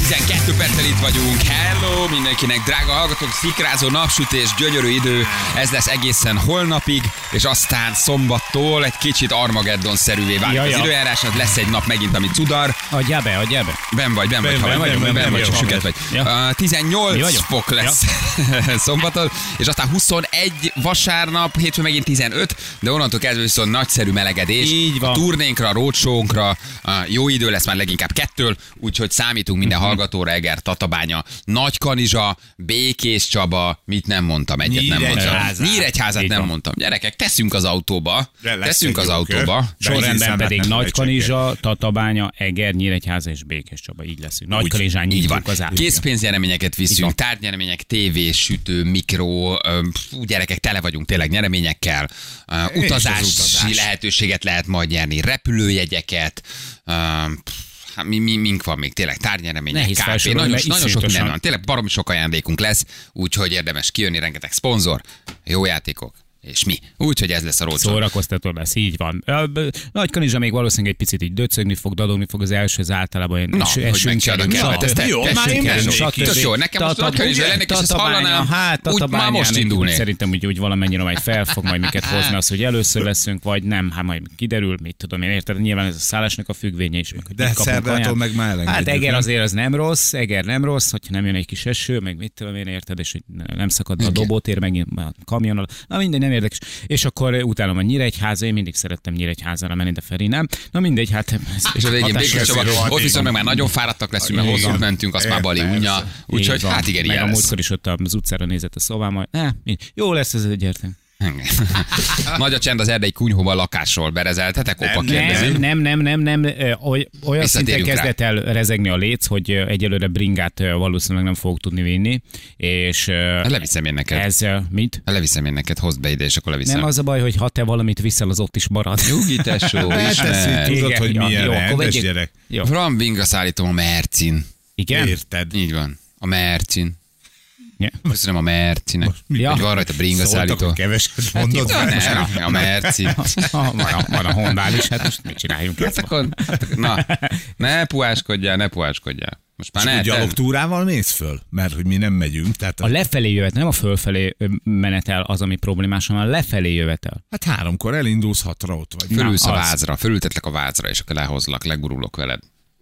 12 perccel itt vagyunk. Hello mindenkinek, drága hallgatók, szikrázó napsütés, gyönyörű idő. Ez lesz egészen holnapig, és aztán szombattól egy kicsit Armageddon-szerűvé válik az időjárás. Lesz egy nap megint, ami cudar. Adjál be. Ben vagy, csak süket vagy. 18 fok lesz szombaton, és aztán 21 vasárnap, hétfőn megint 15, de onnantól kezdve viszont nagyszerű melegedés. A turnénkra, a roadshow-nkra jó idő lesz már leginkább 2, úgyhogy számítunk minden hallgatóra, Eger, Tatabánya, Nagykanizsa, Békés Csaba, mit nem mondtam, Nyíregyházat nem mondtam. Gyerekek, teszünk az autóba. Sorrendben pedig Nagykanizsa, Tatabánya, Eger, Nyíregyháza és Békés Csaba, így leszünk. Nagykanizsán nyitjuk az át. Készpénznyereményeket viszünk, tárgynyeremények, tévé, sütő, mikro, gyerekek, tele vagyunk tényleg nyereményekkel. Utazási lehetőséget lehet majd nyerni, repülőjegyeket, mink van még, tényleg tárgynyeremények, KP, nagyon sok minden van, tényleg baromi sok ajándékunk lesz, úgyhogy érdemes kijönni, rengeteg szponzor, jó játékok. És mi? Úgyhogy ez lesz a roadshow. Szórakoztató lesz, így van. Nagykanizsa még valószínűleg egy picit így döcögni fog, dadogni fog, az első, az általában olyan esünk el. Jó, nekem most Nagykanizsa lennék, és ezt hallanám, úgy már most indulnék. Szerintem úgy valamennyire majd fel fog majd minket hozni az, hogy először leszünk, vagy nem, hát majd kiderül, mit tudom én, érted? Nyilván ez a szállásnak a függvénye is. De szerdától meg már elengedjük. Hát Eger azért az nem rossz, hogyha nem jön egy kis eső, meg mit tudom én, érted, és hogy nem szakad a dobótér, meg a kamionnal. Na mindegy, nem érdekes. És akkor utána a Nyíregyháza, én mindig szerettem Nyíregyházára menni, de Feri nem. Na mindegy, hát... És az végén Békés Csaba, ott viszont meg már nagyon fáradtak leszünk, mert hosszút mentünk, azt már bali unja. Úgyhogy hát igen, ilyen lesz. Meg a múltkor is ott az utcára nézett a szobámmal. Jó lesz ez egyértelmű. Nagy a csend az erdei kunyhóban lakásról. Berezeltetek? Opa kérdezi. Nem. Olyan szinten kezdett el rezegni a léc, hogy egyelőre bringát valószínűleg nem fogok tudni vinni. És leviszem én neked. Ez mit? Leviszem én neked, hozd be ide, és akkor leviszem. Nem az a baj, hogy ha te valamit viszel, az ott is marad. Nyugi, tesó, ismer. Tudod, hogy milyen rendes gyerek. Van bringa szállítom a Mercin. Igen? Érted? Így van. A Mercin. Köszönöm a Mercinek. Hogy van rajta bringa szállító. Keveset mondod. A Merci. Van a Hondán is, hát most mit csináljunk? Hát akkor, na, ne puháskodjál. Most már ne. Gyalogtúrával mész föl? Mert hogy mi nem megyünk. Tehát a lefelé jövetel, nem a fölfelé menetel az, ami problémás, hanem a lefelé jövetel. Hát 3-kor elindulsz, 6-ra ott vagy. Fölülsz a vázra, fölültetlek a vázra, és akkor lehozlak, legurulok veled.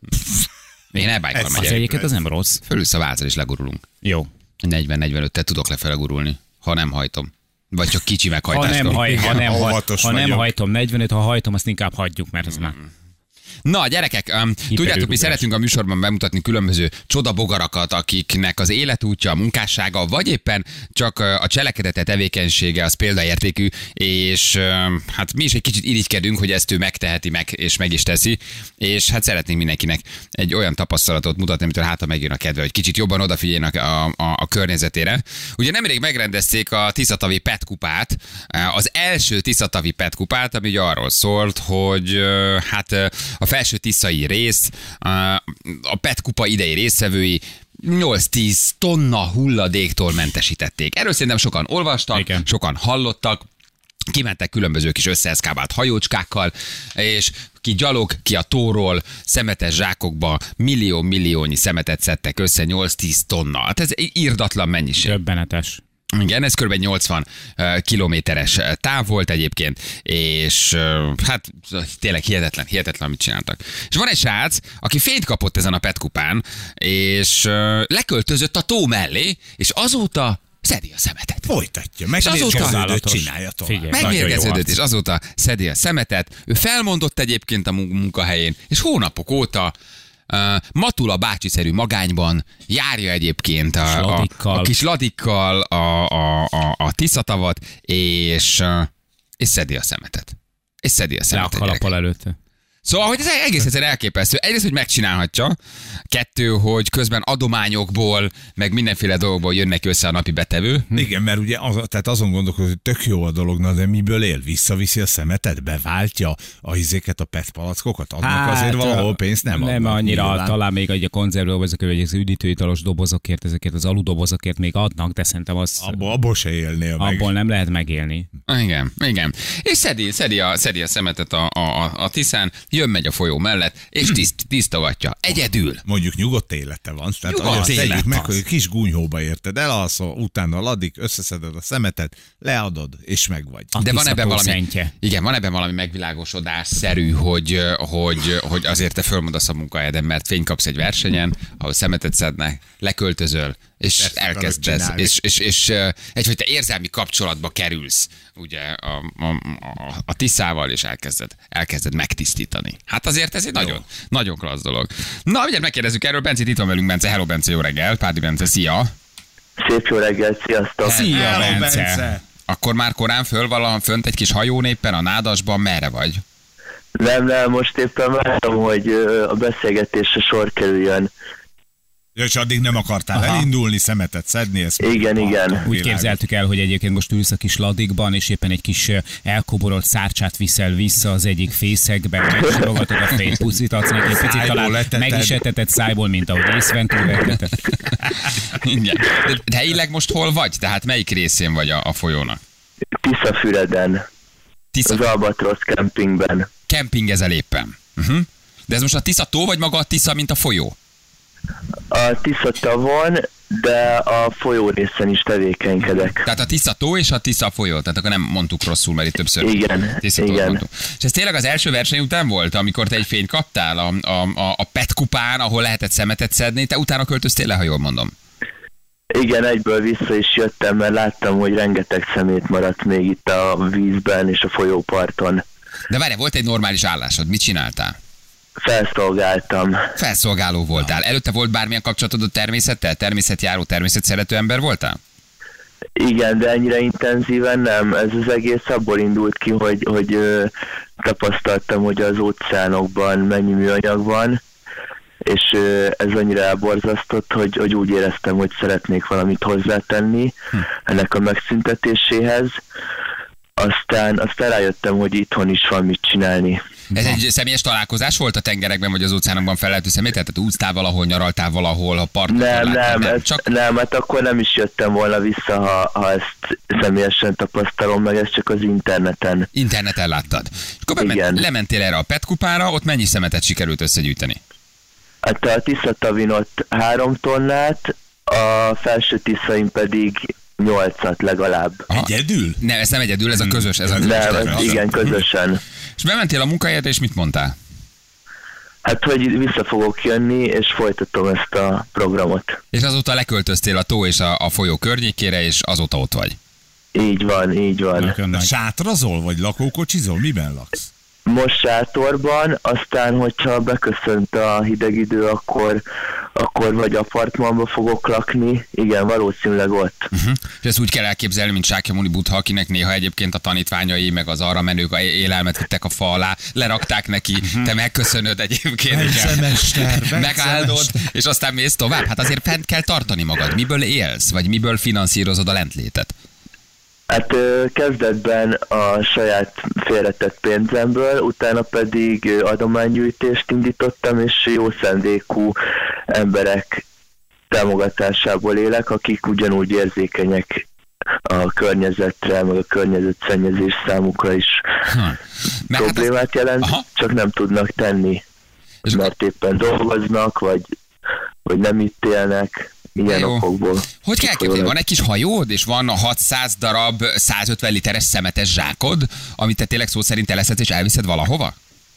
Én elbájkal megyek. Az egyiket az nem rossz. Fölülsz a vázra, és legurulunk. Jó. 40-45-tel tudok lefele gurulni, ha nem hajtom. Vagy csak kicsi meghajtástól. Ha nem hajtom 45, ha hajtom, azt inkább hagyjuk, mert az már... Na, gyerekek, tudjátok, mi szeretünk a műsorban bemutatni különböző csodabogarakat, akiknek az életútja, a munkássága, vagy éppen csak a cselekedete, tevékenysége az példaértékű, és hát mi is egy kicsit irigykedünk, hogy ezt ő megteheti és meg is teszi, és hát szeretnénk mindenkinek egy olyan tapasztalatot mutatni, amitől hát megjön a kedve, hogy kicsit jobban odafigyeljenek a környezetére. Ugye nemrég megrendezték a Tiszatavi Pet kupát, az első Tiszatavi Pet kupát, ami ugye arról szólt, hogy hát a felső tiszai rész, a PET kupa idei résztvevői 8-10 tonna hulladéktól mentesítették. Erről szerintem sokan olvastak, sokan hallottak, kimentek különböző kis összeeszkábált hajócskákkal, és ki gyalog, ki a tóról, szemetes zsákokba milliónyi szemetet szedtek össze, 8-10 tonna. Hát ez irdatlan mennyiség. Döbbenetes. Igen, ez kb. 80 kilométeres táv volt egyébként, és hát tényleg hihetetlen, amit csináltak. És van egy srác, aki fényt kapott ezen a PET kupán, és leköltözött a tó mellé, és azóta szedi a szemetet. Folytatja, megmérgeződött, csinálja tovább. Megmérgeződött, és azóta szedi a szemetet. Ő felmondott egyébként a munkahelyén, és hónapok óta Matula bácsiszerű magányban járja egyébként a kis ladikkal a Tiszatavat, és szedi a szemetet. Le a kalappal előtte. Szóval, hogy ez egész egyszer elképesztő. Egyrészt, hogy megcsinálhatja. 2, hogy közben adományokból, meg mindenféle dolgokból jönnek össze a napi betevő. Igen, mert ugye tehát azon gondolkodom, hogy tök jó a dolog, de miből él? Visszaviszi a szemetet? Beváltja a PET palackokat? Adnak azért valahol pénzt? Nem annyira, nyilván. Talán még egy a konzervdobozokért, vagy az üdítőitalos dobozokért, ezeket az aludobozokért még adnak, de szerintem az... Abból se élnél meg. Abból nem lehet megélni. Igen. És szedi a szemetet a Tiszán. jön-megy a folyó mellett, és tisztogatja. Egyedül. Mondjuk nyugodt élete van. Tehát Nyugodt tegyük élet meg, az. hogy kis gúnyhóba érted, elalszol, utána addig összeszeded a szemetet, leadod, és megvagy. De van ebben valami, szentje. igen, van ebben valami megvilágosodásszerű, hogy azért te fölmondasz a munkahelyeden, mert fényt kapsz egy versenyen, ahol szemetet szednek, leköltözöl, és Ezt akarod elkezdesz, csinálni. és egyfajta érzelmi kapcsolatba kerülsz, ugye, a tiszával, és elkezded megtisztítani. Hát azért ez egy nagyon, nagyon klassz dolog. Na, ugye megkérdezzük erről, Bence, itt van velünk, Bence. Hello, Bence, jó reggel. Pádi Bence, szia. Szép jó reggelt, sziasztok! Szia, Hello, Bence. Akkor már korán fönt egy kis hajón éppen a Nádasban, merre vagy? Nem, most éppen várom, hogy a beszélgetésre sor kerüljön. Ja, és addig nem akartál elindulni, szemetet szedni, ezt Igen. Úgy képzeltük el, hogy egyébként most ülsz a kis ladikban, és éppen egy kis elkoborolt szárcsát viszel vissza az egyik fészekbe, megsorogatod a fejét, puszit adsz neki, egy picit Szájból talán leteted. meg is etetett szájból, mint ahogy észventúl etetett. Igen. De helyileg most hol vagy? Tehát melyik részén vagy a folyónak? Tiszafüreden, Tisza, az Albatrosz kempingben. kempingezel éppen. De ez most a Tisza tó, vagy maga a Tisza, mint a folyó? A Tisza tavon, de a folyó részen is tevékenykedek. Tehát a Tisza tó és a Tisza folyó. Tehát akkor nem mondtuk rosszul, mert itt többször Igen, Tisza tót igen. mondtuk. És ez tényleg az első verseny után volt, amikor te egy fényt kaptál a PET kupán, ahol lehetett szemetet szedni, te utána költöztél le, ha jól mondom. Igen, egyből vissza is jöttem, mert láttam, hogy rengeteg szemét maradt még itt a vízben és a folyóparton. De várj, volt egy normális állásod, mit csináltál? Felszolgáltam. Felszolgáló voltál. Előtte volt bármilyen kapcsolatod a természettel? Természetjáró, természetszerető ember voltál? Igen, de ennyire intenzíven nem. Ez az egész abból indult ki, hogy tapasztaltam, hogy az óceánokban mennyi műanyag van, és ez annyira elborzasztott, hogy úgy éreztem, hogy szeretnék valamit hozzátenni ennek a megszüntetéséhez. Aztán rájöttem, hogy itthon is van mit csinálni. Ez egy személyes találkozás volt a tengerekben, vagy az óceánokban felelhető szemét? Tehát úsztál valahol, nyaraltál valahol, a parton Nem, hát akkor nem is jöttem volna vissza, ha ezt személyesen tapasztalom meg, ez csak az interneten. Interneten láttad. És akkor Igen. lementél erre a PET kupára, ott mennyi szemetet sikerült összegyűjteni? Hát a Tisza-tavin ott 3 tonnát, a felső Tiszain pedig 8-at legalább. Egyedül? Nem, ez nem egyedül, ez a közös. Ez a közös Nem, terv. igen, közösen. És bementél a munkahelyedre, és mit mondtál? Hát, hogy vissza fogok jönni, és folytatom ezt a programot. És azóta leköltöztél a tó és a folyó környékére, és azóta ott vagy. Így van. Nagyon De nagy. sátrazol, vagy lakókocsizol? Miben laksz? Most sátorban, aztán, hogyha beköszönt a hideg idő, akkor vagy apartmanba fogok lakni. Igen, valószínűleg ott. És ezt úgy kell elképzelni, mint Sákyamuni Buddha, akinek néha egyébként a tanítványai, meg az arra menők élelmet vittek a fa alá, lerakták neki, te megköszönöd egyébként. Bence, Megáldod, és aztán mész tovább. Hát azért fent kell tartani magad. Miből élsz, vagy miből finanszírozod a lentlétet? Hát kezdetben a saját félretett pénzemből, utána pedig adománygyűjtést indítottam, és jó szándékú emberek támogatásából élek, akik ugyanúgy érzékenyek a környezetre, meg a környezetszennyezés számukra is Mert hát problémát jelent, Aha. csak nem tudnak tenni, És mert éppen dolgoznak, vagy nem itt élnek, ilyen Jó. okokból. Hogy kell képzelni? Van egy kis hajód, és van 600 darab 150 literes szemetes zsákod, amit te tényleg szó szerint eleszed és elviszed valahova?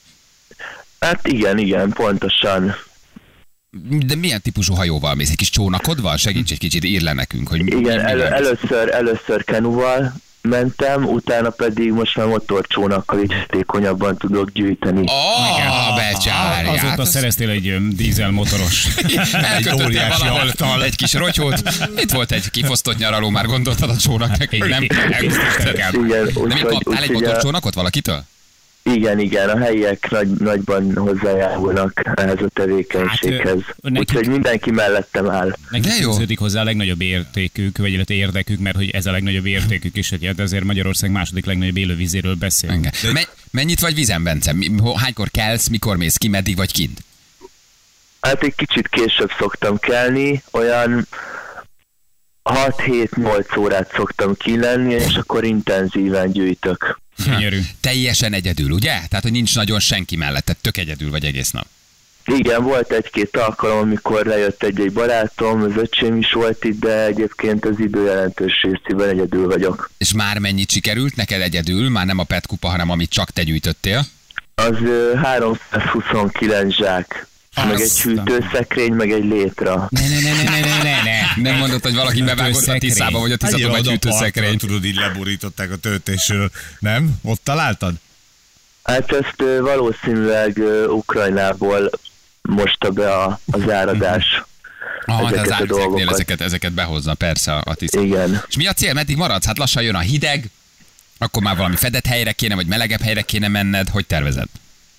Hát igen, pontosan. De milyen típusú hajóval mész? Egy kis csónakod van? Segíts egy kicsit, ír le nekünk, hogy Igen, mivel mész. először kenuval mentem, utána pedig most már motorcsónakkal így hatékonyabban tudok gyűjteni. Becsárját. Azóta szereztél egy dízelmotoros. Elkötöttél óriási valahol aktal. egy kis rotyót. Itt volt egy kifosztott nyaraló, már gondoltad a csónaknak, egy nem? Igen, Nem úgyhogy kaptál egy motorcsónakot valakitől? igen, a helyiek nagyban hozzájárulnak ehhez a tevékenységhez. nekik- Úgyhogy mindenki mellettem áll. Nekik De jó. fűződik hozzá a legnagyobb értékük, vagy illetve érdekük, mert hogy ez a legnagyobb értékük is, hogy ezért Magyarország második legnagyobb élővízéről beszélünk. Mennyit vagy vízen, Bence? Hánykor kelsz, mikor mész ki, meddig vagy kint? Hát egy kicsit később szoktam kelni, olyan 6-7-8 órát szoktam kilenni, és akkor intenzíven gyűjtök. Gyönyörű. Teljesen egyedül, ugye? Tehát, hogy nincs nagyon senki mellett, tök egyedül vagy egész nap. Igen, volt egy-két alkalom, amikor lejött egy barátom, az öcsém is volt itt, de egyébként az idő jelentős részében egyedül vagyok. És már mennyit sikerült neked egyedül? Már nem a PET kupa, hanem amit csak te gyűjtöttél? Az 329 zsák. Meg egy hűtőszekrény, meg egy létra. Ne. Nem mondod, hogy valaki bevágott a Tiszába, vagy a Tiszában egy hűtőszekrény. Tudod, így leborították a töltésről. Nem? Ott találtad? Hát ezt valószínűleg Ukrajnából mosta be az áradás. Aha, de az ezeket a árcégnél dolgokat. ezeket behozza, persze a Tisza. Igen. És mi a cél? Meddig maradsz? Hát lassan jön a hideg, akkor már valami fedett helyre kéne, vagy melegebb helyre kéne menned. Hogy tervezed?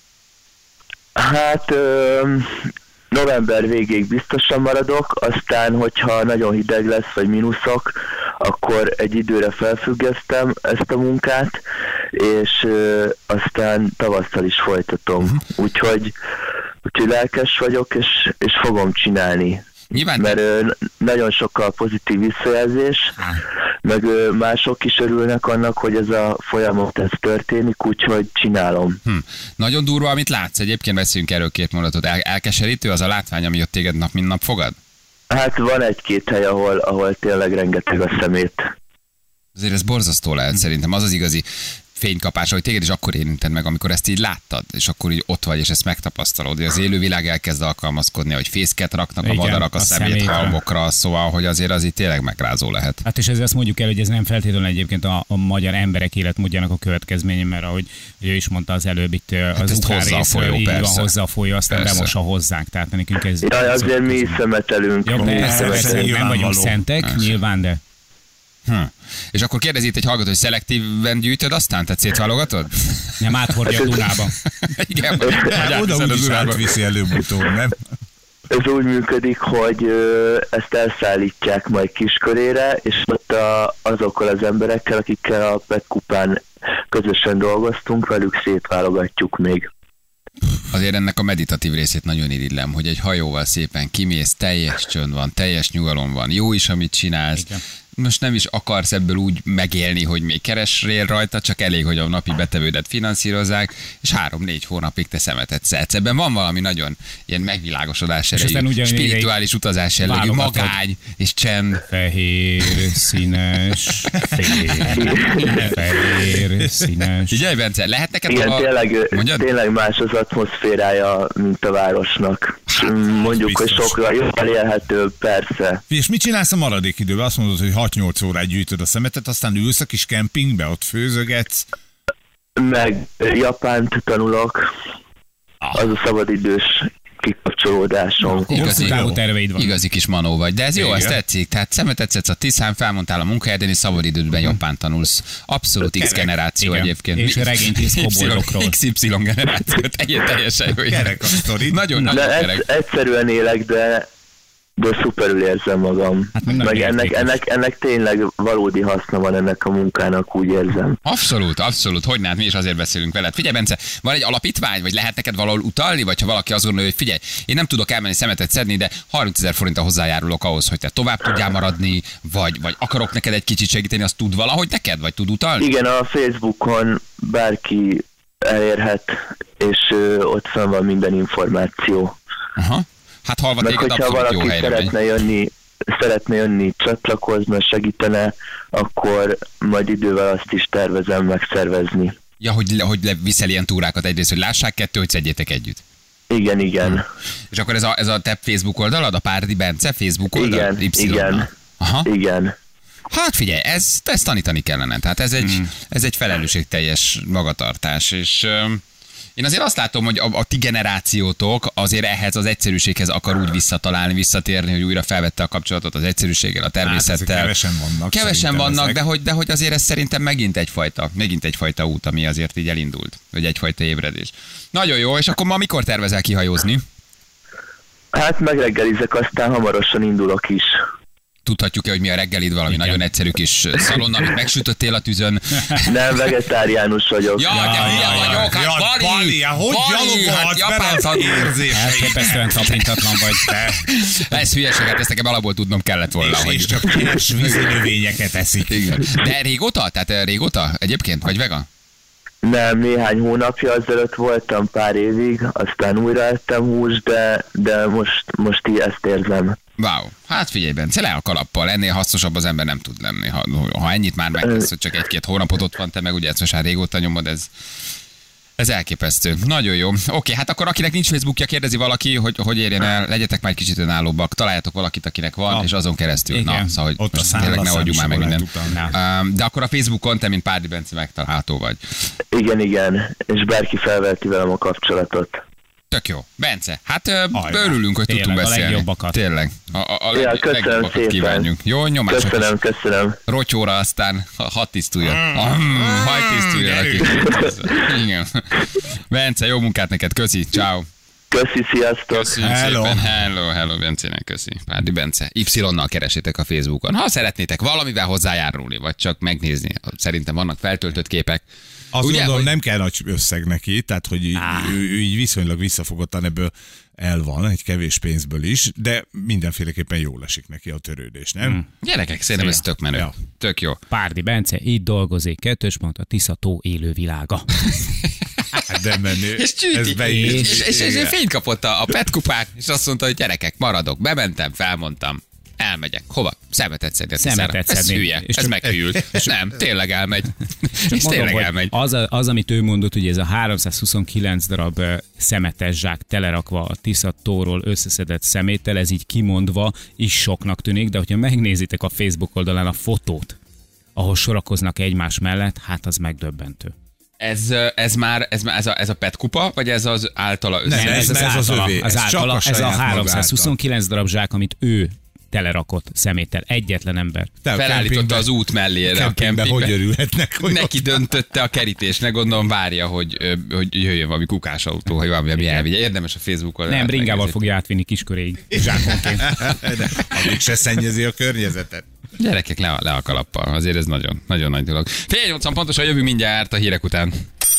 Hát november végéig biztosan maradok, aztán, hogyha nagyon hideg lesz, vagy mínuszok, akkor egy időre felfüggesztem ezt a munkát, és aztán tavasszal is folytatom. Úgyhogy lelkes vagyok, és fogom csinálni. Nyilván Mert nagyon sokkal pozitív visszajelzés, meg mások is örülnek annak, hogy ez a folyamat ez történik, úgyhogy csinálom. Nagyon durva, amit látsz. Egyébként beszéljünk erről két mondatot. Elkeserítő az a látvány, ami ott téged nap mint nap fogad? Hát van egy-két hely, ahol tényleg rengeteg a szemét. Azért ez borzasztó lehet szerintem. Az az igazi fénykapás, hogy téged is akkor érinted meg, amikor ezt így láttad, és akkor így ott vagy, és ezt megtapasztalod, hogy az élővilág elkezd alkalmazkodni, hogy fészket raknak a madarak a szeméthalmokra, szóval, hogy azért az itt tényleg megrázó lehet. Hát és ezzel azt mondjuk el, hogy ez nem feltétlenül egyébként a magyar emberek életmódjának a következménye, mert ahogy ő is mondta az előbb itt az ukrán részről, így van, hozzá a folyó, aztán bemossa hozzánk, tehát nekünk ez... Ja, azért mi is szemetelünk. Ja, nem vagyunk szentek, nyilván, de... És akkor kérdezi itt egy hallgató, hogy szelektíven gyűjtöd aztán? Tehát szétválogatod? Nem, áthordja a Dunába. Igen, Oda úgyis átviszi előbb-utóbb, nem? Ez úgy működik, hogy ezt elszállítják majd Kiskörére, és ott azokkal az emberekkel, akikkel a PET kupán közösen dolgoztunk, velük szétválogatjuk még. Azért ennek a meditatív részét nagyon irigylem, hogy egy hajóval szépen kimész, teljes csönd van, teljes nyugalom van, jó is, amit csinálsz. Igen. Most nem is akarsz ebből úgy megélni, hogy még keresrél rajta, csak elég, hogy a napi betevődet finanszírozzák, és 3-4 hónapig te szemetet szedsz. Ebben van valami nagyon ilyen megvilágosodás erejű, spirituális utazás jellegű, magány és csend. Fehér, színes, fehér, színes. Figyelj, Bence, lehet neked igen, tényleg más az atmoszférája, mint a városnak. Hát, mondjuk, hogy sokkal jobban élhető, persze. És mit csinálsz a maradék időben? Azt mondod, hogy 6-8 órát gyűjtöd a szemetet, aztán ülsz a kis kempingbe, ott főzögetsz. Meg Japánt tanulok. Az a szabadidős kikapcsolódásom. Igazi kis manó vagy, de ez jó, ezt tetszik. Tehát szemetet szedsz a Tiszán, felmondtál a munkahelyeden, és szabadidődben Japán tanulsz. Abszolút X generáció egyébként. És regényt írsz koboldokról. XY generáció, teljesen jó. Kerek a sztori. Nagyon egyszerűen élek, de szuperül érzem magam. Hát meg ennek tényleg valódi haszna van ennek a munkának, úgy érzem. Abszolút. Hogyne, hát mi is azért beszélünk veled. Figyelj, Bence, van egy alapítvány, vagy lehet neked valahol utalni, vagy ha valaki azt gondolja, hogy figyelj, én nem tudok elmenni szemetet szedni, de 30 000 forinttal hozzájárulok ahhoz, hogy te tovább tudjál maradni, vagy akarok neked egy kicsit segíteni, azt tud valahogy neked, vagy tud utalni? Igen, a Facebookon bárki elérhet, és ott fenn van minden információ. Aha. Hát halva téged abszolút jó helyre szeretne jönni, csatlakozni, segítene, akkor majd idővel azt is tervezem megszervezni. Ja, hogy viszel ilyen túrákat egyrészt, hogy lássák, kettő, hogy szedjétek együtt. Igen. És akkor ez a te Facebook oldalad, a Párdi Bence Facebook oldal? Igen. Aha. Igen. Hát figyelj, ezt tanítani kellene. Tehát ez egy felelősségteljes magatartás, és... Én azért azt látom, hogy a ti generációtok azért ehhez az egyszerűséghez akar úgy visszatérni, hogy újra felvette a kapcsolatot az egyszerűséggel, a természettel. Hát kevesen vannak, de hogy azért ez szerintem megint egyfajta út, ami azért így elindult, vagy egyfajta ébredés. Nagyon jó, és akkor ma mikor tervezel kihajózni? Hát megreggelizek, aztán hamarosan indulok is. Tudhatjuk-e, hogy mi a reggelid, valami nagyon egyszerű kis szalonna, amit megsütöttél a tűzön? Nem, vegetáriánus vagyok. Ja, de hülye vagyok, hát Bali! Hogy gyalogolhatsz bele az érzéseid? Elképesztően tapintatlan vagy. Ez hülyeség, hát ezt nekem alapból tudnom kellett volna. És csak kés vízinövényeket eszik. Igen. De régóta? Tehát régóta egyébként? Vagy vegan? Nem, néhány hónapja azelőtt voltam pár évig, aztán újra ettem húst, de most így ezt érzem. Wow. Hát figyelj, Bence, le a kalappal, ennél hasznosabb az ember nem tud lenni. Ha ennyit már megtesz, hogy csak egy-két hónapot ott van, te meg ugye ezt most már régóta nyomod, ez elképesztő. Nagyon jó. Oké, hát akkor akinek nincs Facebookja, kérdezi valaki, hogy érjen el, legyetek már egy kicsit önállóbbak, találjatok valakit, akinek van, és azon keresztül. Igen. Na, szóval, hogy Ott a most tényleg ne oldjuk már meg mindent. De akkor a Facebookon te, mint Párdi Bence megtalálható vagy. Igen, és bárki felveheti velem a kapcsolatot. Tök jó. Bence, hát örülünk, hogy Tényleg, tudtunk a beszélni. legjobbakat. Tényleg. Köszönöm legjobbakat szépen. kívánjuk. Jó, nyomások. Köszönöm. Rotyóra aztán hadd tisztuljon. Hadd tisztuljon a kis. Igen. Bence, jó munkát neked, köszi, ciao. Köszi, sziasztok. Köszönjük Hello. szépen. Hello, Bencének, köszi. Párdi Bence. Y-nal keresétek a Facebookon. Ha szeretnétek valamivel hozzájárulni, vagy csak megnézni, szerintem vannak feltöltött képek. Azt Ugye, gondolom, hogy- nem kell nagy összeg neki, tehát hogy ő így viszonylag visszafogottan ebből el van, egy kevés pénzből is, de mindenféleképpen jól esik neki a törődés, nem? Gyerekek, szerintem ez tök menő. Ja. Tök jó. Párdi Bence, itt dolgozik, 2. pont, a Tisza tó élő világa. Hát de menő. És csüti. Ez be is- És fényt kapott a PET kupát, és azt mondta, hogy gyerekek, maradok. Bementem, felmondtam. Elmegyek. Hova? Szemetet szedni. a Szemetet tiszára. Ez szedni. hülye. És Ez csak- meghűlt. Nem, tényleg elmegy. És Mondom, tényleg hogy elmegy. az, amit ő mondott, hogy ez a 329 darab szemetes zsák telerakva a Tisza tóról összeszedett szeméttel, ez így kimondva is soknak tűnik, de hogyha megnézitek a Facebook oldalán a fotót, ahol sorakoznak egymás mellett, hát az megdöbbentő. Ez a PET kupa, vagy ez az általa össze? Nem, ez az általa, övé, ez csak a ez a saját maga 329 darab zsák, amit ő telerakott szeméttel. Egyetlen ember. Te a Felállította kempingben- az út mellé, a kempingben hogy kempingbe. örülhetnek, hogy Neki döntötte a kerítést, ne gondolom várja, hogy jöjjön valami kukásautó, hogy valami, ami elvigye. Érdemes a Facebookon. Nem, bringával megnézni. fogja átvinni kisköréig, zsákonként. de addig se szennyezi a környezetet. Gyerekek, le a kalappal. Azért ez nagyon, nagyon nagy dolog. Fél 80 pontosan jövünk mindjárt a hírek után.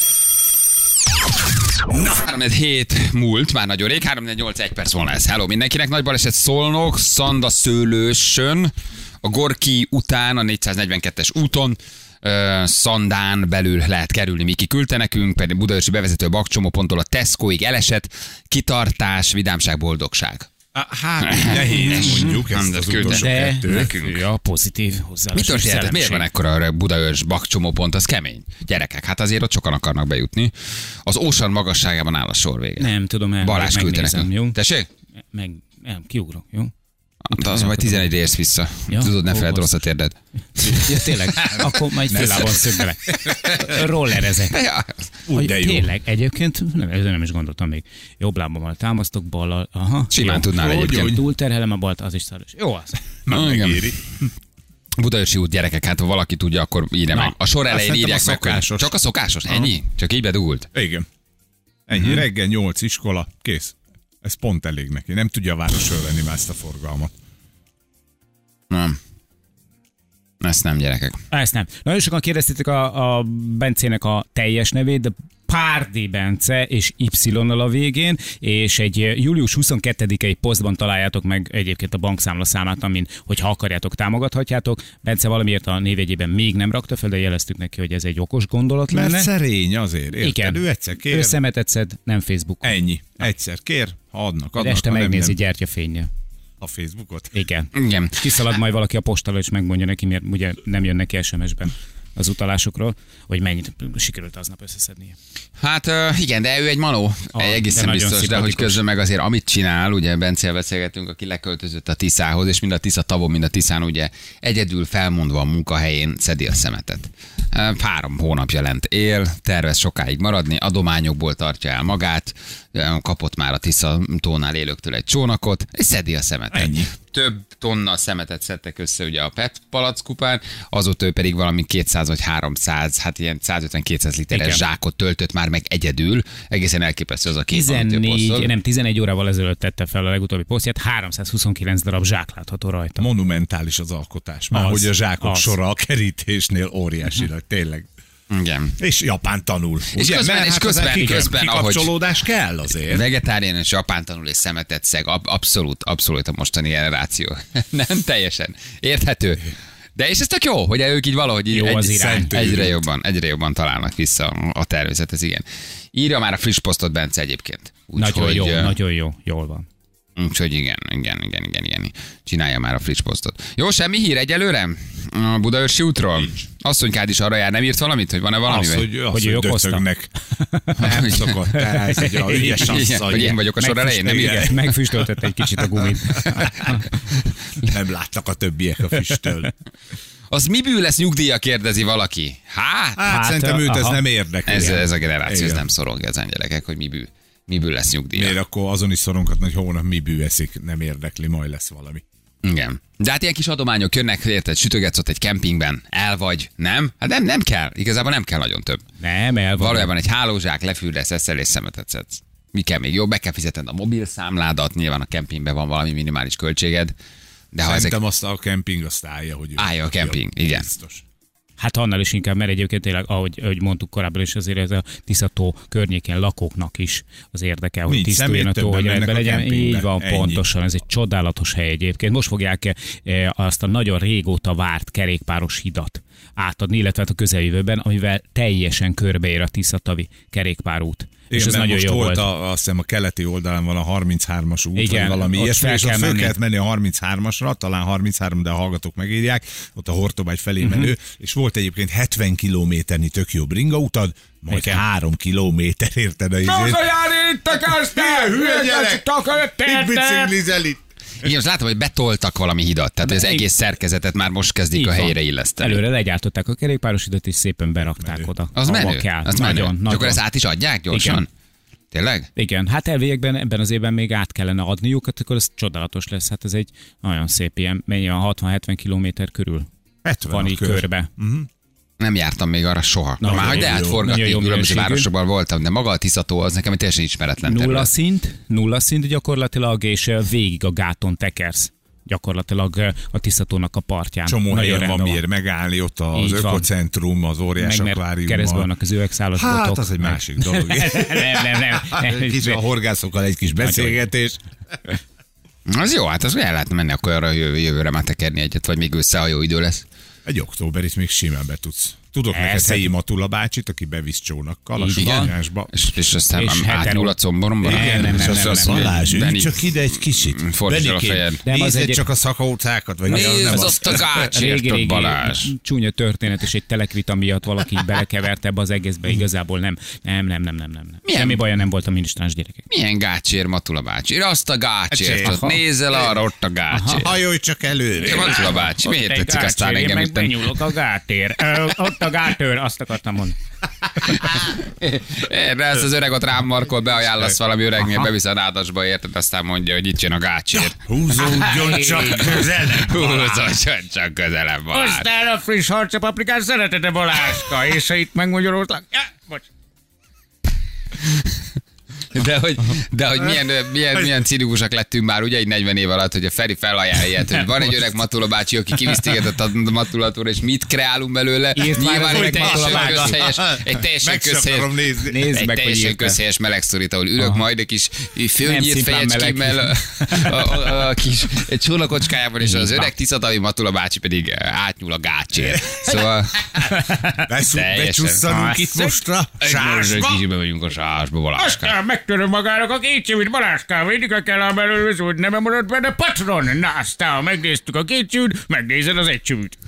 3-7 múlt, már nagyon rég, 3-8 1 perc volna ez. Hello mindenkinek, nagy baleset Szolnok, Szanda Szőlősön, a Gorki után, a 442-es úton, Szandán belül lehet kerülni, Miki küldte nekünk, pedig Budaörsi bevezető Bakcsomóponttól a Tescoig elesett, kitartás, vidámság, boldogság. Hát, nehéz mondjuk ezt De az küldte. utolsó De kettőt. nekünk. ja, pozitív hozzáállás. Mi történt? Miért szellemiség. van ekkora Budaörs Bakcsomópont? Az kemény. Gyerekek, hát azért ott sokan akarnak bejutni. Az Ocean magasságában áll a sor vége. Nem tudom, Balázs küldte megnézem, nekünk. jó? Tessék? Nem, kiugrok, jó? De az majd 11 érsz vissza. Ja, Tudod, ne ó, feled rossz a basszus. térded. Ja, tényleg, akkor majd féllábon szögbelek. Rollerezek. Ja. Úgy, de jó. Tényleg, egyébként, ezzel nem is gondoltam még. Jobb lábammal támasztok, ballal. Aha, Simán jó. tudnál Hogy, egyébként. hogy túlterhelem a balt, az is szaros. Jó az. Na, Igen. megéri. Budaörsi út, gyerekek, hát ha valaki tudja, akkor írja Na, meg. A sor elején szerintem írják a meg. hogy- szokásos. Csak a szokásos? Ennyi? Csak így bedugult? Igen. Ennyi, reggel 8 iskola, kész. Ez pont elég neki. Nem tudja a város fölvenni már ezt a forgalmat. Nem. Ezt nem, gyerekek. Ezt nem. Nagyon sokan kérdeztétek a Bencének a teljes nevét, de Párdi Bence és Y-nal a végén, és egy július 22-i posztban találjátok meg egyébként a bankszámla számát, amin, hogyha akarjátok, támogathatjátok. Bence valamiért a névjegyében még nem rakta fel, de jeleztük neki, hogy ez egy okos gondolat Mert lenne. szerény azért, érted? Igen. Ő egyszer kér. Ő szemetet szed, nem Facebook. Ennyi. Egyszer kér, ha adnak, De adnak. este ha nem, megnézi nem. gyertyafénnyel. A Facebookot. Igen. Igen. Kiszalad majd valaki a postáról, és megmondja neki, miért ugye nem jön neki SMS-ben az utalásokról, hogy mennyit sikerült aznap összeszednie. Hát igen, de ő egy manó, de egészen nagyon biztos, de hogy szimpatikus. közben meg azért amit csinál, ugye Bencél beszélgetünk, aki leköltözött a Tiszához, és mind a Tisza tavon, mind a Tiszán ugye egyedül felmondva a munkahelyén szedi a szemetet. 3 hónapja lent él, tervez sokáig maradni, adományokból tartja el magát, kapott már a Tisza tónál élőktől egy csónakot, és szedi a szemetet. Ennyi. több tonna szemetet szedtek össze ugye a PET palackupán, azóta ő pedig valami 200 vagy 300, hát ilyen 150-200 literes zsákot töltött már meg egyedül. Egészen elképesztő az a kép, 11 órával ezelőtt tette fel a legutóbbi posztját, 329 darab zsák látható rajta. Monumentális az alkotás. Már hogy a zsákok sora a kerítésnél óriásilag, tényleg. Igen. És Japán tanul. És közben kikapcsolódás kell azért. Vegetáriánus, Japán tanul és szemetet szeg. Abszolút a mostani generáció. Nem teljesen. Érthető. De és ez tök jó, hogy ők így valahogy jó egyre jobban találnak vissza a természethez, igen. Írja már a friss posztot Bence egyébként. Nagyon jó, jól van. Úgyhogy igen. Csinálja már a friss posztot. Jó, semmi hír egyelőre? A Budaörsi útról? Asszonykád is arra jár, nem írt valamit, hogy van-e valami? Hogy ők döcögnek. Nem szokott. Ez egy ügyes asszony. Hogy én vagyok a sor elején, nem igen? Megfüstöltette egy kicsit a gumit. Nem láttak a többiek a füsttől. Az miből lesz nyugdíja, kérdezi valaki. Hát szerintem őt ez nem érdekel. Ez a generáció, ez nem szorongja ezen gyerekek, hogy miből lesz nyugdíja. Miért akkor azon is szorongatni, hogy hónap miből eszik, nem érdekli, majd lesz valami. Igen. De hát ilyen kis adományok jönnek, érted, sütögetsz ott egy kempingben, el vagy, nem? Hát nem kell, igazából nem kell nagyon több. Nem, el vagy. Valójában egy hálózsák, lefürdesz, eszel és szemetet szedsz. Mi kell még? Jó, be kell fizetned a mobil számládat, nyilván a kempingben van valami minimális költséged. De ha szerintem azt a kemping azt állja, hogy... Állja a kemping, igen. Biztos. Hát annál is inkább, mert egyébként tényleg, ahogy mondtuk korábban is, azért ez a Tiszató környékén lakóknak is az érdeke, hogy tisztuljon a tó, hogy rendben legyen. Így van, ennyi. Pontosan, ez egy csodálatos hely egyébként. Most fogják azt a nagyon régóta várt kerékpáros hidat átadni, illetve a közeljövőben, amivel teljesen körbeér a Tiszatavi kerékpárút. Igen, és ez nagyon jó volt. Azt hiszem a keleti oldalán van a 33-as út, igen, vagy valami ilyesmi, és ott föl kellett menni a 33-asra, talán 33, de a hallgatók megírják, ott a Hortobágy felé menő, és volt egyébként 70 kilométernyi tök jó bringautad, majd 3 kilométer érted a izét. Hülye gyerek! Itt biciklizel itt! Igen, most látom, hogy betoltak valami hidat, tehát az egész szerkezetet már most kezdik a helyre illeszteni. Előre legyártották a kerékpáros hidat, és szépen berakták oda. Az menő. Az nagyon. És akkor ezt át is adják gyorsan? Igen. Tényleg? Igen, hát elvégekben ebben az évben még át kellene adniuk, hát akkor ez csodálatos lesz. Hát ez egy nagyon szép ilyen, mennyi a 60-70 kilométer körül 70 van így körbe. Nem jártam még arra soha. Már hogy átforgatni, különböző városokban voltam, de maga a Tiszató az nekem egy teljesen ismeretlen terület. Nulla szint gyakorlatilag, és végig a gáton tekersz. Gyakorlatilag a Tiszatónak a partján. Csomó helyen van miért megállni, ott az ökocentrum, az óriás akvárium. Keresztben vannak az üvegszálas botok. Hát az egy másik dolog. Nem. Kicsit a horgászokkal egy kis beszélgetés. Az jó, hát az el lehetne menni akkor arra jövőre már tekerni egyet, vagy még összehajó idő lesz. Egy októberit még simán be tudsz. Tudok neked Helyi Matula bácsit, aki bevisz csónakkal a Soványásba. És aztán átnyúl a comboromba. Nem. Balázs, csak ide egy kicsit. Fordítsd a fejed. Nézd csak a szakócákat. Nézd azt a gácsért, Balázs. Csúnya történet, és egy telekvita miatt valaki belekevert ebbe az egészbe. Igazából nem. Semmi baja nem volt a minisztráns gyerekek. Milyen gácsér, Matula bácsi? Azt a gácsért. Nézzel arra, ott a gácsért. Hajolj csak előre. Matula bácsi, miért tetszik aztán engem itt? Benyúlok a gátér. Ott a gátőr, azt akartam mondani. De ezt az öreg ott rám markol, beajánlasz valami öregnél, bevisz a nádasba, érted, aztán mondja, hogy itt jön a gácsér. Húzódjon csak közelebb, Húzódjon csak közelebb, Balázs. Hozd el a friss harcapaprikát, szeretete Balázska, és ha itt megmagyarultak. Bocs. De hogy milyen cinikusak lettünk már ugye egy 40 év alatt, hogy a Feri felajánl ilyet, hogy van egy öreg Matula bácsi, aki kiviszt téged a matulatúra, és mit kreálunk belőle? Nyilván egy teljesen közhelyes meleg szorít, ahol ülök majd egy kis főnyírt fejecskémmel a kis csónakocskájában, és az öreg Tiszatavi Matula bácsi pedig átnyúl a gácsér. Szóval becsusszanunk itt mostra, sásba. Kicsibe vagyunk a sásba, Balázskám. Megtöröm magának a két csövűt, Balázskám, védik a kell belőle, hogy nem maradt benne patron. Na, aztán megnéztük a két csövűt, megnézed az egy csövűt.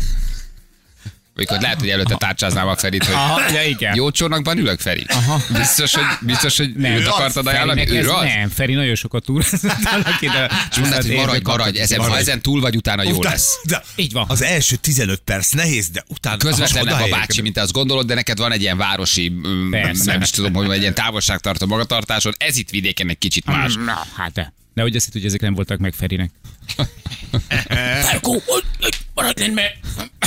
Mikor lehet, hogy előtte tárcsáznám a Ferit, hogy jó csónakban ülök, Feri. Biztos, hogy őt akartad ajánlani? Nem, Feri nagyon sokat túrázott. És mondod, hogy maradj, ha ezen túl vagy, utána jó lesz. Így van. Az első 15 perc nehéz, de utána... Közvetlenebb a bácsi, mint azt gondolod, de neked van egy ilyen városi, nem is tudom, hogy egy ilyen távolságtartó magatartásod. Ez itt vidéken egy kicsit más. Hát de. Nehogy azt hitt, hogy ezek nem voltak meg Ferinek. Ferkó, maradj lenn, mert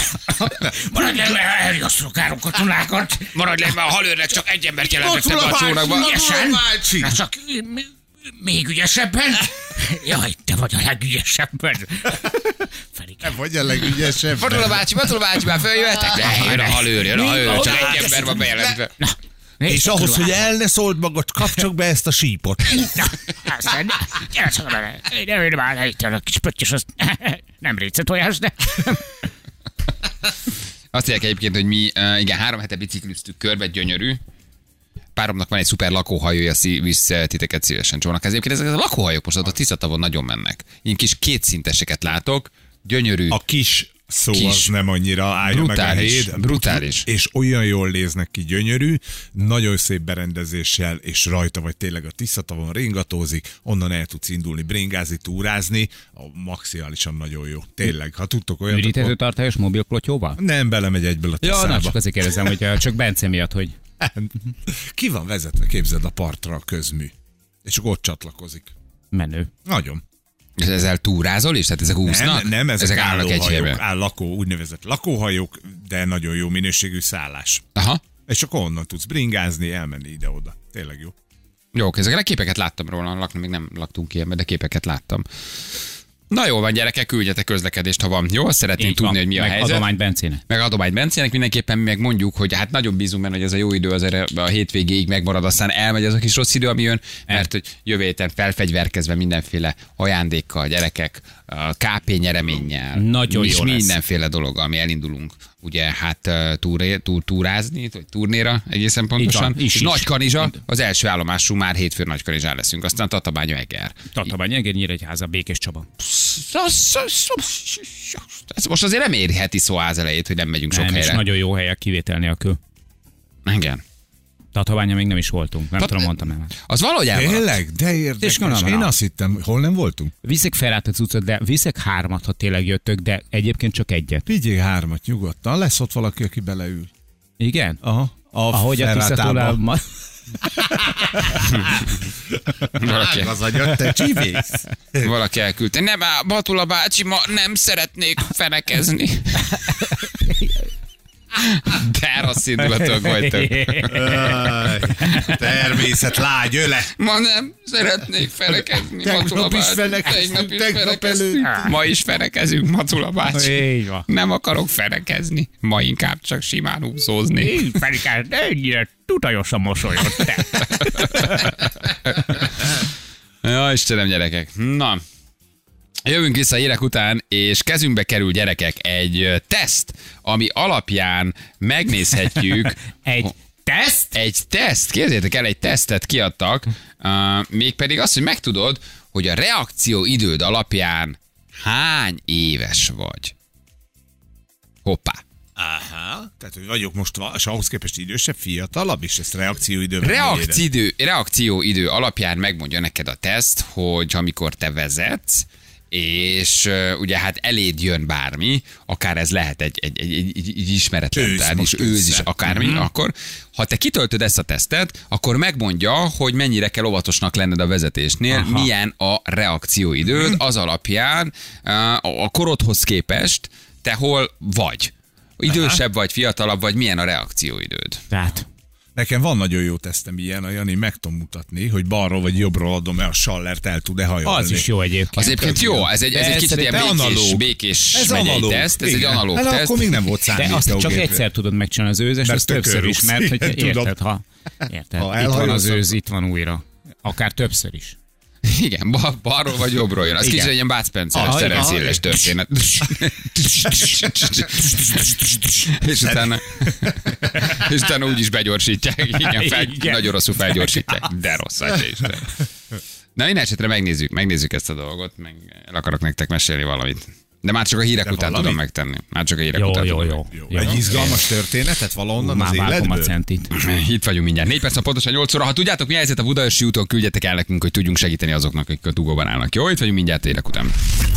elriasztok áron katonákat. Maradj lenn, mert a halőrnek csak egy embert jelentettek a csónakban. Na csak még ügyesebben. Jaj, te vagy a legügyesebben. Te vagy a legügyesebben. Matula bácsi, már följöhetek? Jön a halőr, csak egy ember van bejelentve. És ahhoz, hogy el ne szóld magad, kapcsolj be ezt a sípot. Aztán, gyere csak bele. Nem áll itt a kis pöttyös, az nem récetojás, de... Azt mondják egyébként, hogy mi, igen, 3 hete bicikliztük körbe, gyönyörű. Páromnak van egy szuper lakóhajója, visz titeket szívesen csónak. Egyébként ezek a lakóhajók most a Tiszatavon nagyon mennek. Ilyen kis kétszinteseket látok, gyönyörű. A kis szó az nem annyira állja brutális, meg a hét. Brutális. És olyan jól néznek ki, gyönyörű, nagyon szép berendezéssel, és rajta vagy tényleg a Tiszatavon ringatózik, onnan el tudsz indulni, bringázni, túrázni, maximálisan nagyon jó. Tényleg, ha tudtok olyan... Ürítető tartályos mobilklotyóval? Nem, belemegy egyből a Tiszába. Ja, csak azért kérdezem, hogy csak Bence miatt, hogy... Ki van vezetve, képzeld, a partra a közmű. És csak ott csatlakozik. Menő. Nagyon. És ezzel túrázol is? Tehát ezek úsznak? Nem, ezek állnak egy helyben. Úgynevezett lakóhajók, de nagyon jó minőségű szállás. Aha. És akkor onnan tudsz bringázni, elmenni ide-oda. Tényleg jó. Jó, ezekre képeket láttam róla, lakni még nem laktunk ilyenben, de képeket láttam. Na jó van, gyerekek, küldjetek közlekedést, ha van. Jó, szeretnénk tudni, hogy mi a helyzet. Adomány Bencének. Meg adomány Bencének, mindenképpen mi meg mondjuk, hogy hát nagyon bízunk benne, hogy ez a jó idő azért a hétvégéig megmarad, aztán elmegy az a kis rossz idő, ami jön, mert hogy jövő héten felfegyverkezve mindenféle ajándékkal, gyerekek, KP nyereménnyel. Nagyon és jó mindenféle dologgal, ami elindulunk. Ugye hát túrázni, vagy turnéra egészen pontosan. Nagykanizsa, az első állomásunk már hétfőn Nagykanizsán leszünk, aztán Tatabánya-Eger. Tatabánya-Eger, Nyíregyháza, Békés Csaba. Ez most azért nem érheti szó az elejét, hogy nem megyünk sok helyre. És nagyon jó helyek kivétel nélkül. Igen. Tatabánya még nem is voltunk, nem tudom, mondtam el. Az valahogy elmaradt. Tényleg? De érdekes. Én azt hittem, hol nem voltunk? Viszek fel át a cuccot, de viszek 3, ha tényleg jöttök, de egyébként csak 1. Vigyél 3 nyugodtan, lesz ott valaki, aki beleül. Igen? Aha. Ahogy a Tiszatólában. Az agyad, te csivész. Valaki elküldte. Nem, Matula bácsi, ma nem szeretnék fenekezni. De rossz indulatok vagytok. Természet lágy öle. Ma nem szeretnék fenekezni, Matula bácsi. Tegnap előtt. Ma is fenekezünk, Matula bácsi. Nem akarok fenekezni. Ma inkább csak simán úszózni. Én fenikás, de ennyire tutajosan mosolyod te. Ja, Istenem, gyerekek. Na, jövünk vissza hírek után, és kezünkbe kerül, gyerekek, egy teszt, ami alapján megnézhetjük. Egy teszt? Egy teszt, képzeljétek el, egy tesztet kiadtak, mégpedig azt, hogy megtudod, hogy a reakcióidőd alapján hány éves vagy. Hoppá. Aha, tehát hogy vagyok most, és ahhoz képest idősebb, fiatalabb, és ezt reakcióidő alapján megmondja neked a teszt, hogy amikor te vezetsz, és ugye hát eléd jön bármi, akár ez lehet egy ismeretlen, őz is, akármi, akkor ha te kitöltöd ezt a tesztet, akkor megmondja, hogy mennyire kell óvatosnak lenned a vezetésnél, milyen a reakcióidőd, az alapján a korodhoz képest te hol vagy. Idősebb vagy, fiatalabb vagy, milyen a reakcióidőd? Tehát... Nekem van nagyon jó tesztem ilyen, a Jani meg tudom mutatni, hogy balról vagy jobbról adom-e a sallert, el tud-e hajolni. Az is jó egyébként. Az egyébként jó, ez egy kicsit ilyen békés megyei teszt, ez egy analóg teszt. Akkor még nem volt számítógép. De azt csak egyszer tudod megcsinálni az őzes, az többször is, mert hogy érted, ha itt van az őz, itt van újra. Akár többször is. Igen, balról vagy jobbról jön. Az kicsit egy ilyen Bud Spencer-es Terence Hill-es történet. És utána úgy is begyorsítják. Igen, nagyon rosszul felgyorsítják. De rossz, Isten. Na, minden esetre megnézzük ezt a dolgot, meg el akarok nektek mesélni valamit. De már csak a hírek után tudom megtenni. Már csak a hírek után jó. Egy izgalmas történetet valahonnan az életből? A centit. Itt vagyunk mindjárt. 4 perc, pontosan 8 óra. Ha tudjátok, mi helyzet a Budaörsi úton, küldjetek el nekünk, hogy tudjunk segíteni azoknak, akik a dugóban állnak. Jó, itt vagyunk mindjárt hírek után.